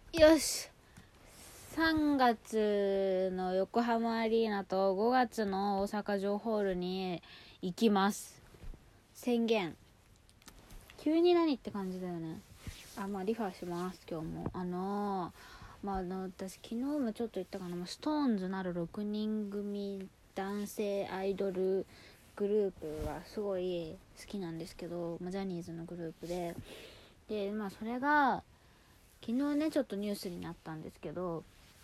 よし、3月の横浜アリーナと5月の大阪城ホールに行きます。宣言。急に何って感じだよね。リファします。今日も私昨日もちょっと言ったかな、ストーンズなる6人組男性アイドルグループはすごい好きなんですけど、ジャニーズのグループでそれが昨日ねちょっとニュースになったんですけど、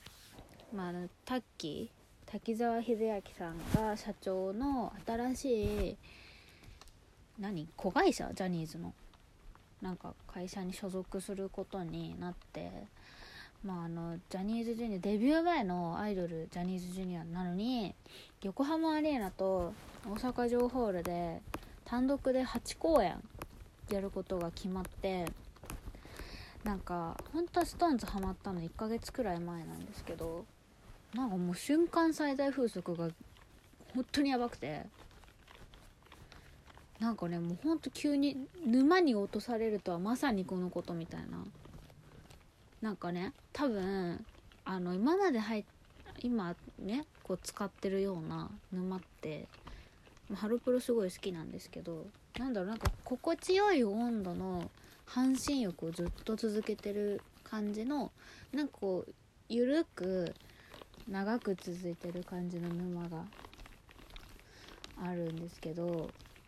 滝沢秀明さんが社長の新しい子会社、ジャニーズの会社に所属することになって、ジャニーズジュニアデビュー前のアイドルジャニーズジュニアなのに横浜アリーナと大阪城ホールで単独で8公演やることが決まって、本当はストーンズハマったの1ヶ月くらい前なんですけど、もう瞬間最大風速が本当にやばくて、もう本当急に沼に落とされるとはまさにこのことみたいな、多分今ねこう使ってるような沼ってハロプロすごい好きなんですけど、心地よい温度の半身浴をずっと続けてる感じのゆるく長く続いてる感じの沼があるんですけど、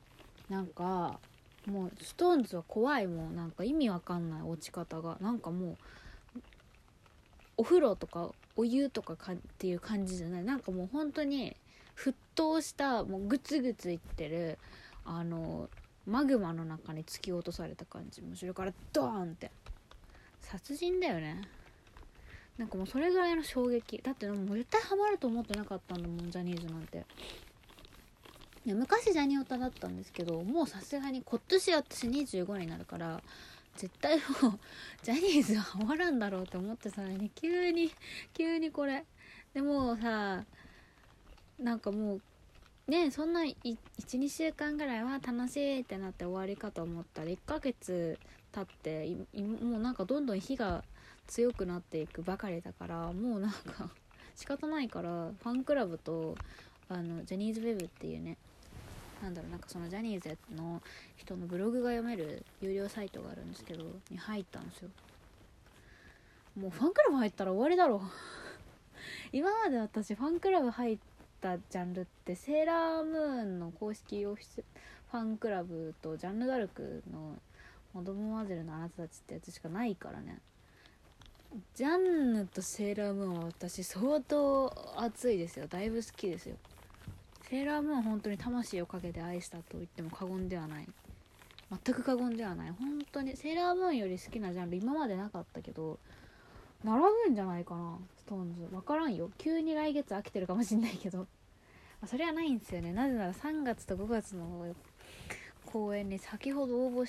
もうストーンズは怖い、もう意味わかんない落ち方が、もうお風呂とかお湯とかっていう感じじゃない、もう本当に沸騰したもうグツグツいってるマグマの中に突き落とされた感じ、後ろからドーンって殺人だよね。もうそれぐらいの衝撃だって、もう絶対ハマると思ってなかったんだもん、ジャニーズなんて。いや昔ジャニオタだったんですけど、もうさすがに今年私25になるから絶対もうジャニーズはハマらんだろうって思ってたのに、急にこれでもさ、もうね、そんな 1,2 週間ぐらいは楽しいってなって終わりかと思ったら1ヶ月経ってもうどんどん火が強くなっていくばかりだから、もう仕方ないからファンクラブとジャニーズウェブっていうね、そのジャニーズの人のブログが読める有料サイトがあるんですけどに入ったんですよ。もうファンクラブ入ったら終わりだろ今まで私ファンクラブ入ったジャンルってセーラームーンの公式オフィスファンクラブとジャンヌダルクのモドモマゼルのあなたたちってやつしかないからね。ジャンヌとセーラームーンは私相当熱いですよ、だいぶ好きですよ。セーラームーンは本当に魂をかけて愛したと言っても過言ではない、全く過言ではない。本当にセーラームーンより好きなジャンル今までなかったけど並ぶんじゃないかな、ストーンズ。分からんよ、急に来月飽きてるかもしんないけどそれはないんですよね。なぜなら3月と5月の公演に先ほど応募して、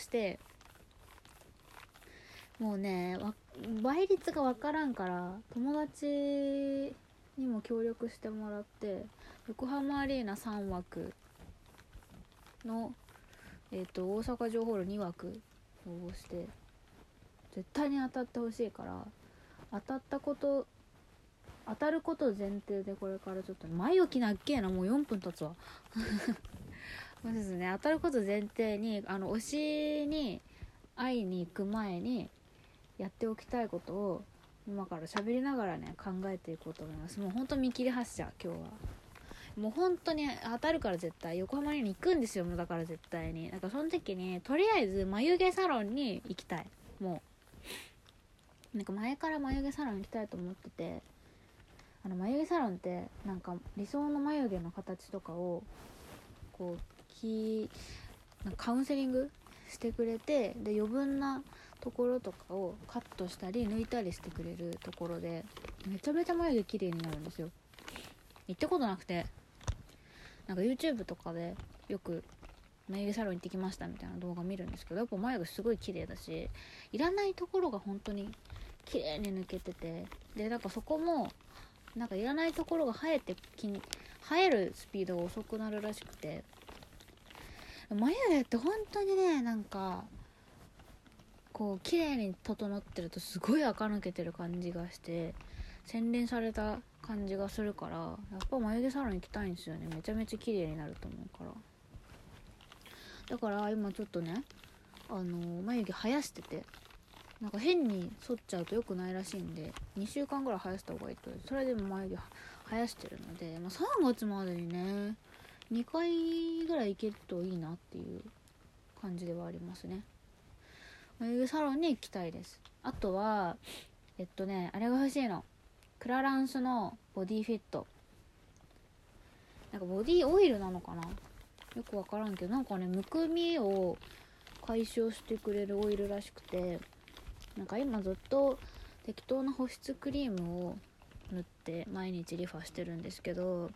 もうね倍率が分からんから友達にも協力してもらって、横浜アリーナ3枠の、大阪城ホール2枠応募して、絶対に当たってほしいから、当たること前提でこれからちょっと前置きなっけえな、もう4分経つわそうですね、当たること前提に推しに会いに行く前にやっておきたいことを今から喋りながらね考えていこうと思います。もう本当見切り発車今日は。もう本当に当たるから絶対横浜に行くんですよ。もうだから絶対にその時にとりあえず眉毛サロンに行きたい。もう前から眉毛サロン行きたいと思ってて、眉毛サロンって理想の眉毛の形とかをこうカウンセリングしてくれて、で余分なところとかをカットしたり抜いたりしてくれるところで、めちゃめちゃ眉毛綺麗になるんですよ。行ったことなくて、YouTube とかでよく眉毛サロン行ってきましたみたいな動画見るんですけど、やっぱ眉毛すごい綺麗だし、いらないところが本当に綺麗に抜けてて、でそこもいらないところが生えるスピードが遅くなるらしくて、眉毛って本当にねこう綺麗に整ってるとすごい垢抜けてる感じがして洗練された感じがするから、やっぱ眉毛サロン行きたいんですよね。めちゃめちゃ綺麗になると思うから。だから今ちょっとね眉毛生やしてて、なんか変に剃っちゃうと良くないらしいんで2週間ぐらい生やした方がいいと。それでも眉毛生やしてるので、3月までにね2回ぐらい行けるといいなっていう感じではありますね。眉毛サロンに行きたいです。あとはあれが欲しいの。クラランスのボディフィット。なんかボディオイルなのかな、よくわからんけど、なんかねむくみを解消してくれるオイルらしくて、なんか今ずっと適当な保湿クリームを塗って毎日リファしてるんですけど、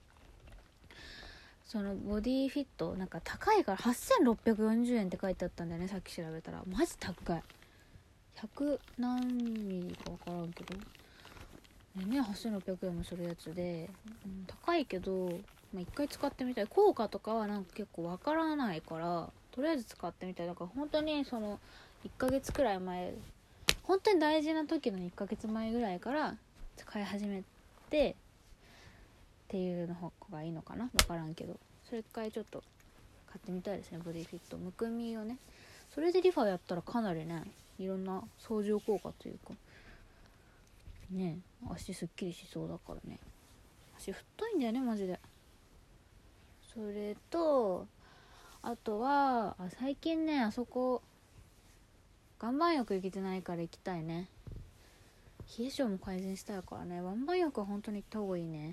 そのボディフィットなんか高いから8640円って書いてあったんだよね、さっき調べたら。マジ高い。100何ミリか分からんけどね、8600円もするやつで、高いけど、一回使ってみたい。効果とかはなんか結構分からないから、とりあえず使ってみたい。だから本当にその1ヶ月くらい前、本当に大事な時の1ヶ月前ぐらいから使い始めてっていうの方がいいのかな、分からんけど、それ一回ちょっと買ってみたいですね。ボディフィットむくみをね、それでリファやったらかなりね、いろんな相乗効果というかね、足すっきりしそうだからね。足太いんだよねマジで。それとあとは最近ね、あそこ岩盤浴行けてないから行きたいね。冷え性も改善したいからね、岩盤浴は本当に行った方がいいね。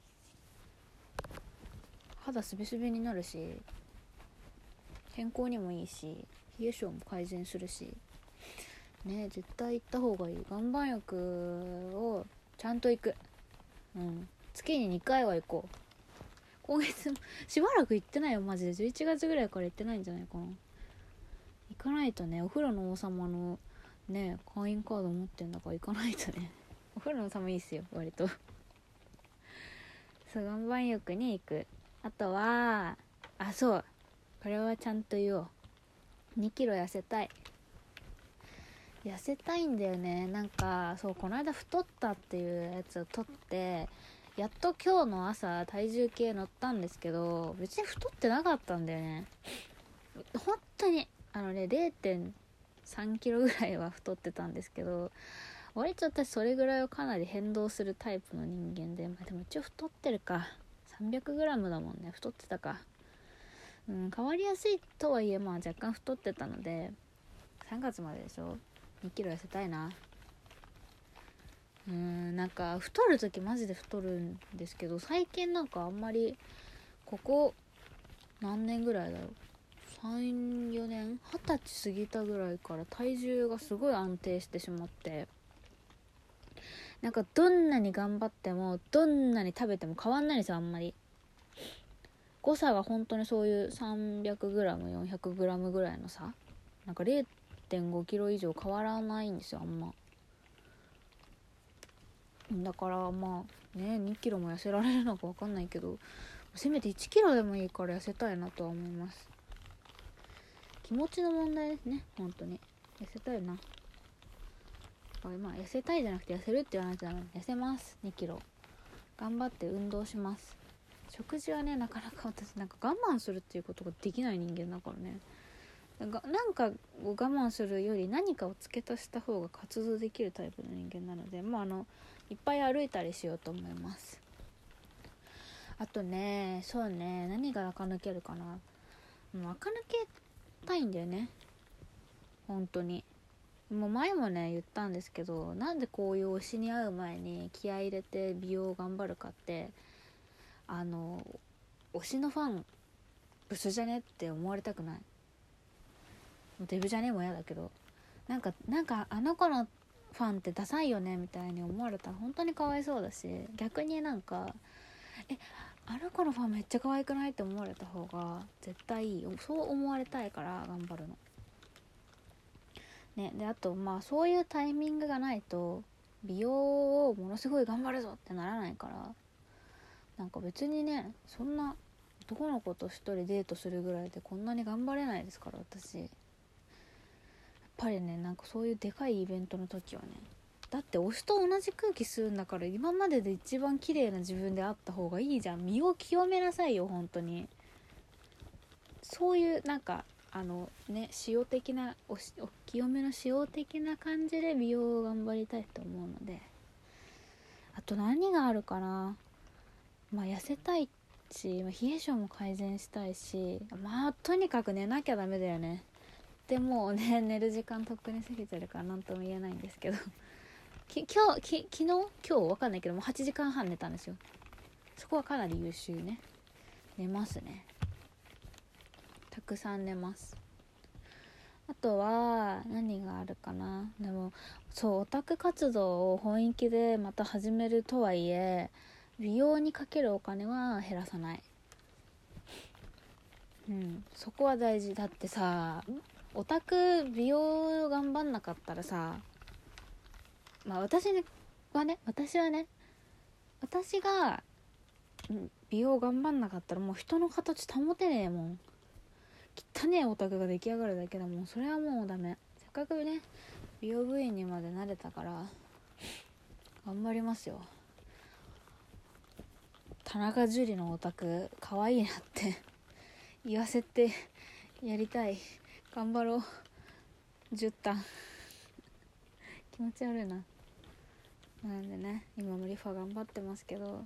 肌すべすべになるし健康にもいいし、冷え性も改善するしね、絶対行った方がいい。岩盤浴をちゃんと行く。月に2回は行こう。今月しばらく行ってないよマジで。11月ぐらいから行ってないんじゃないかな。行かないとね。お風呂の王様のね会員カード持ってんだから行かないとね。お風呂の王様いいっすよ割と。そう、岩盤浴に行く。あとはそう、これはちゃんと言おう。2キロ痩せたい。痩せたいんだよね。なんかそう、この間太ったっていうやつを取ってやっと今日の朝体重計乗ったんですけど、別に太ってなかったんだよね。本当に0.3 キロぐらいは太ってたんですけど、割と私それぐらいはかなり変動するタイプの人間で、でも一応太ってるか。 300g だもんね。太ってたか。変わりやすいとはいえ若干太ってたので、3月まででしょ。2キロ痩せたいな。なんか太る時マジで太るんですけど、最近なんかあんまり、ここ何年ぐらいだろう、3、4年、20歳過ぎたぐらいから体重がすごい安定してしまって、なんかどんなに頑張ってもどんなに食べても変わんないんですよ。あんまり誤差が本当にそういう 300g、400g ぐらいの差、なんか 0.5 キロ以上変わらないんですよあんま。だから2キロも痩せられるのか分かんないけど、せめて1キロでもいいから痩せたいなとは思います。気持ちの問題ですね。本当に痩せたいな。痩せたいじゃなくて痩せるって言わないとダメ。痩せます。2キロ頑張って運動します。食事はね、なかなか私なんか我慢するっていうことができない人間だからね。なんかを我慢するより何かを付け足した方が活動できるタイプの人間なので、いっぱい歩いたりしようと思います。あとね、そうね、何が垢抜けるかな。垢抜けたいんだよね本当に。もう前もね言ったんですけど、なんでこういう推しに会う前に気合い入れて美容を頑張るかって、推しのファンブスじゃねって思われたくない。デブじゃねも嫌だけど、なんかあの子のファンってダサいよねみたいに思われたら本当にかわいそうだし、逆になんかあの子のファンめっちゃ可愛くないって思われた方が絶対いい。そう思われたいから頑張るのね。であとそういうタイミングがないと美容をものすごい頑張るぞってならないから、なんか別にね、そんな男の子と一人デートするぐらいでこんなに頑張れないですから私。 ぱりね、なんかそういうでかいイベントの時はね、だって推しと同じ空気吸うんだから、今までで一番綺麗な自分であった方がいいじゃん。身を清めなさいよ本当に。そういうなんか塩的なお清めの塩的な感じで美容を頑張りたいと思うので。あと何があるかな。痩せたいし、冷え性も改善したいし、とにかく寝なきゃダメだよね。でもうね、寝る時間とっくに過ぎてるから何とも言えないんですけど昨日わかんないけども8時間半寝たんですよ。そこはかなり優秀ね。寝ますね、たくさん寝ます。あとは何があるかな。でもそう、オタク活動を本気でまた始めるとはいえ、美容にかけるお金は減らさない。そこは大事だってさ。オタク美容頑張んなかったらさ、私が美容頑張んなかったらもう人の形保てねえもん。汚ねえオタクが出来上がるだけだもん。それはもうダメ。せっかくね美容部員にまでなれたから頑張りますよ。田中樹のオタク可愛いなって言わせてやりたい。頑張ろう。10単気持ち悪いな。なんでね、今もリファ頑張ってますけど、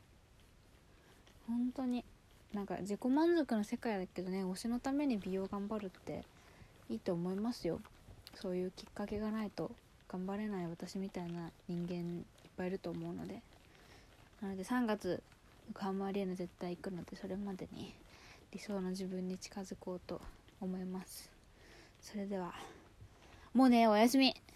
本当になんか自己満足の世界だけどね、推しのために美容頑張るっていいと思いますよ。そういうきっかけがないと頑張れない私みたいな人間いっぱいいると思うので。なので3月横浜アリーナ絶対行くので、それまでに理想の自分に近づこうと思います。それではもうね、おやすみ。